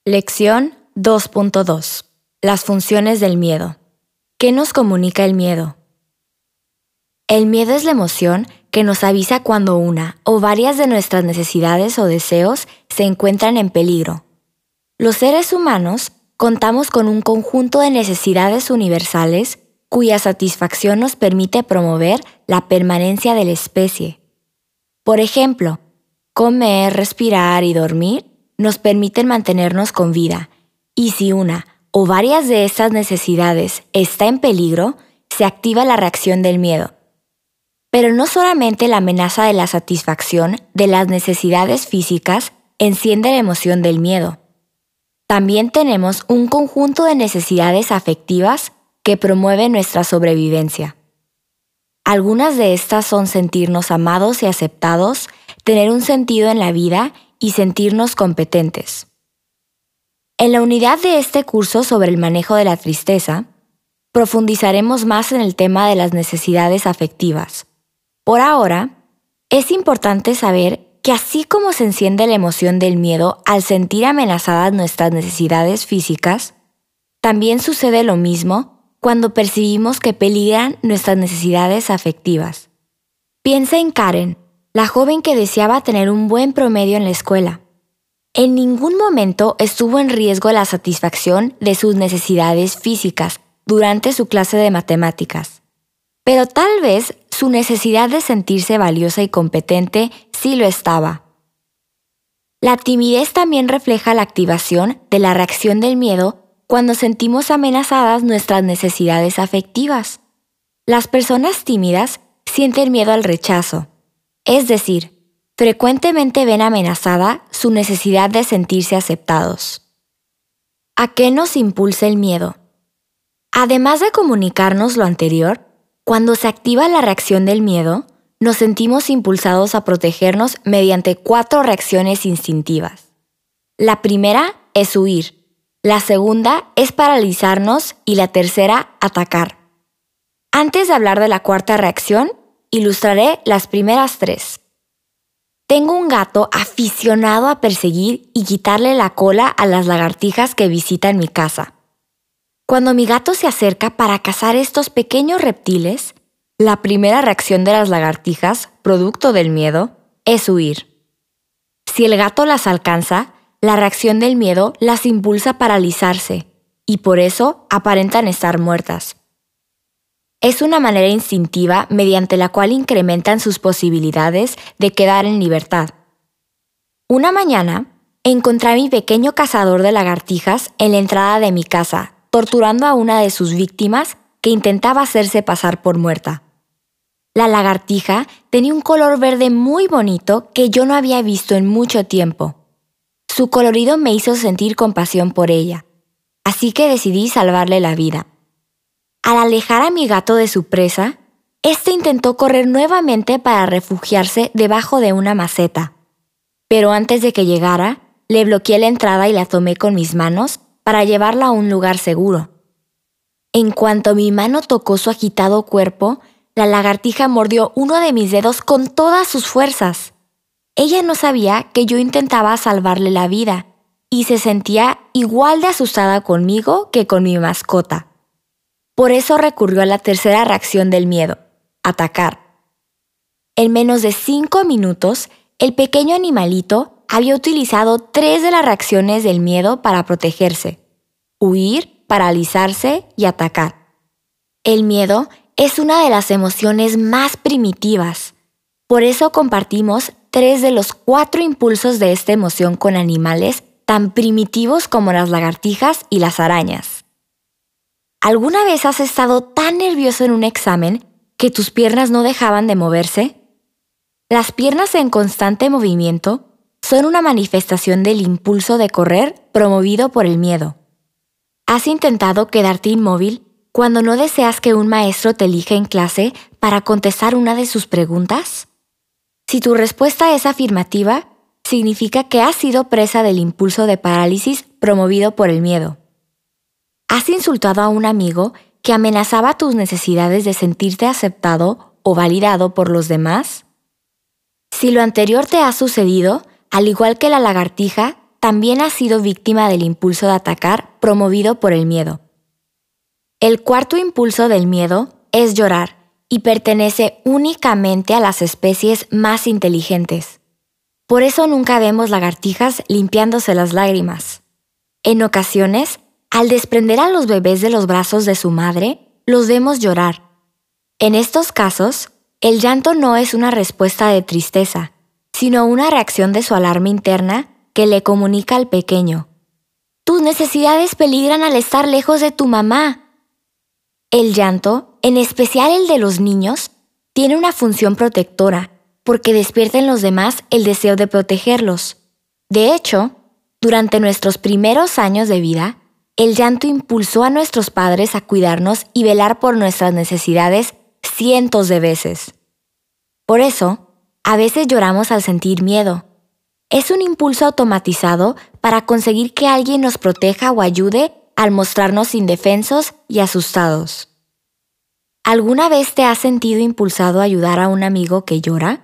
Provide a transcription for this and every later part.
Lección 2.2. Las funciones del miedo. ¿Qué nos comunica el miedo? El miedo es la emoción que nos avisa cuando una o varias de nuestras necesidades o deseos se encuentran en peligro. Los seres humanos contamos con un conjunto de necesidades universales cuya satisfacción nos permite promover la permanencia de la especie. Por ejemplo, comer, respirar y dormir nos permiten mantenernos con vida, y si una o varias de estas necesidades está en peligro, se activa la reacción del miedo. Pero no solamente la amenaza de la satisfacción de las necesidades físicas enciende la emoción del miedo. También tenemos un conjunto de necesidades afectivas que promueven nuestra sobrevivencia. Algunas de estas son sentirnos amados y aceptados, tener un sentido en la vida y sentirnos competentes. En la unidad de este curso sobre el manejo de la tristeza, profundizaremos más en el tema de las necesidades afectivas. Por ahora, es importante saber que así como se enciende la emoción del miedo al sentir amenazadas nuestras necesidades físicas, también sucede lo mismo cuando percibimos que peligran nuestras necesidades afectivas. Piensa en Karen, la joven que deseaba tener un buen promedio en la escuela. En ningún momento estuvo en riesgo la satisfacción de sus necesidades físicas durante su clase de matemáticas. Pero tal vez su necesidad de sentirse valiosa y competente sí lo estaba. La timidez también refleja la activación de la reacción del miedo cuando sentimos amenazadas nuestras necesidades afectivas. Las personas tímidas sienten miedo al rechazo, es decir, frecuentemente ven amenazada su necesidad de sentirse aceptados. ¿A qué nos impulsa el miedo? Además de comunicarnos lo anterior, cuando se activa la reacción del miedo, nos sentimos impulsados a protegernos mediante 4 reacciones instintivas. La primera es huir, la segunda es paralizarnos y la tercera, atacar. Antes de hablar de la cuarta reacción, ilustraré las primeras 3. Tengo un gato aficionado a perseguir y quitarle la cola a las lagartijas que visitan mi casa. Cuando mi gato se acerca para cazar estos pequeños reptiles, la primera reacción de las lagartijas, producto del miedo, es huir. Si el gato las alcanza, la reacción del miedo las impulsa a paralizarse, y por eso aparentan estar muertas. Es una manera instintiva mediante la cual incrementan sus posibilidades de quedar en libertad. Una mañana, encontré a mi pequeño cazador de lagartijas en la entrada de mi casa, torturando a una de sus víctimas que intentaba hacerse pasar por muerta. La lagartija tenía un color verde muy bonito que yo no había visto en mucho tiempo. Su colorido me hizo sentir compasión por ella, así que decidí salvarle la vida. Al alejar a mi gato de su presa, este intentó correr nuevamente para refugiarse debajo de una maceta. Pero antes de que llegara, le bloqueé la entrada y la tomé con mis manos para llevarla a un lugar seguro. En cuanto mi mano tocó su agitado cuerpo, la lagartija mordió uno de mis dedos con todas sus fuerzas. Ella no sabía que yo intentaba salvarle la vida y se sentía igual de asustada conmigo que con mi mascota. Por eso recurrió a la tercera reacción del miedo, atacar. En menos de 5 minutos, el pequeño animalito había utilizado 3 de las reacciones del miedo para protegerse: huir, paralizarse y atacar. El miedo es una de las emociones más primitivas. Por eso compartimos 3 de los 4 impulsos de esta emoción con animales tan primitivos como las lagartijas y las arañas. ¿Alguna vez has estado tan nervioso en un examen que tus piernas no dejaban de moverse? Las piernas en constante movimiento son una manifestación del impulso de correr promovido por el miedo. ¿Has intentado quedarte inmóvil cuando no deseas que un maestro te elija en clase para contestar una de sus preguntas? Si tu respuesta es afirmativa, significa que has sido presa del impulso de parálisis promovido por el miedo. ¿Has insultado a un amigo que amenazaba tus necesidades de sentirte aceptado o validado por los demás? Si lo anterior te ha sucedido, al igual que la lagartija, también ha sido víctima del impulso de atacar promovido por el miedo. El cuarto impulso del miedo es llorar y pertenece únicamente a las especies más inteligentes. Por eso nunca vemos lagartijas limpiándose las lágrimas. En ocasiones, al desprender a los bebés de los brazos de su madre, los vemos llorar. En estos casos, el llanto no es una respuesta de tristeza, sino una reacción de su alarma interna que le comunica al pequeño: tus necesidades peligran al estar lejos de tu mamá. El llanto, en especial el de los niños, tiene una función protectora, porque despierta en los demás el deseo de protegerlos. De hecho, durante nuestros primeros años de vida, el llanto impulsó a nuestros padres a cuidarnos y velar por nuestras necesidades cientos de veces. Por eso, a veces lloramos al sentir miedo. Es un impulso automatizado para conseguir que alguien nos proteja o ayude al mostrarnos indefensos y asustados. ¿Alguna vez te has sentido impulsado a ayudar a un amigo que llora?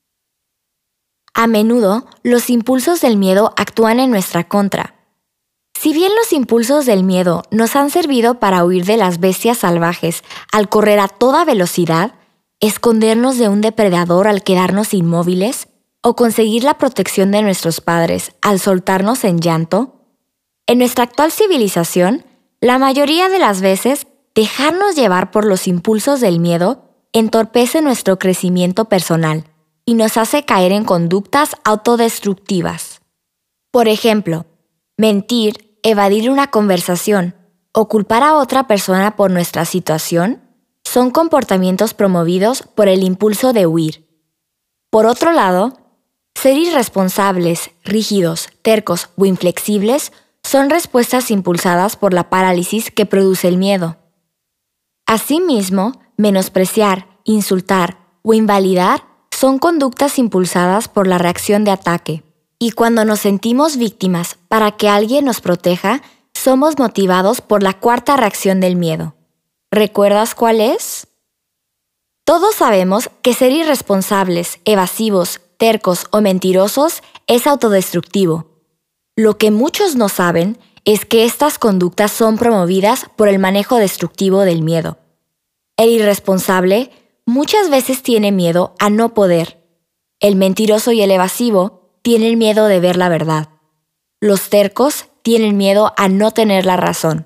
A menudo, los impulsos del miedo actúan en nuestra contra. Si bien los impulsos del miedo nos han servido para huir de las bestias salvajes al correr a toda velocidad, escondernos de un depredador al quedarnos inmóviles, o conseguir la protección de nuestros padres al soltarnos en llanto, en nuestra actual civilización, la mayoría de las veces, dejarnos llevar por los impulsos del miedo entorpece nuestro crecimiento personal y nos hace caer en conductas autodestructivas. Por ejemplo, mentir, evadir una conversación o culpar a otra persona por nuestra situación son comportamientos promovidos por el impulso de huir. Por otro lado, ser irresponsables, rígidos, tercos o inflexibles son respuestas impulsadas por la parálisis que produce el miedo. Asimismo, menospreciar, insultar o invalidar son conductas impulsadas por la reacción de ataque. Y cuando nos sentimos víctimas para que alguien nos proteja, somos motivados por la cuarta reacción del miedo. ¿Recuerdas cuál es? Todos sabemos que ser irresponsables, evasivos, tercos o mentirosos es autodestructivo. Lo que muchos no saben es que estas conductas son promovidas por el manejo destructivo del miedo. El irresponsable muchas veces tiene miedo a no poder. El mentiroso y el evasivo tienen miedo de ver la verdad. Los tercos tienen miedo a no tener la razón.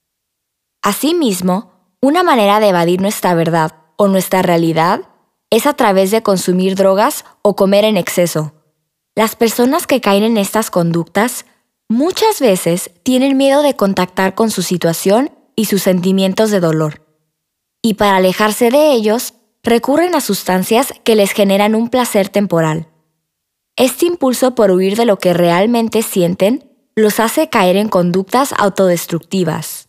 Asimismo, una manera de evadir nuestra verdad o nuestra realidad es a través de consumir drogas o comer en exceso. Las personas que caen en estas conductas muchas veces tienen miedo de contactar con su situación y sus sentimientos de dolor. Y para alejarse de ellos, recurren a sustancias que les generan un placer temporal. Este impulso por huir de lo que realmente sienten los hace caer en conductas autodestructivas.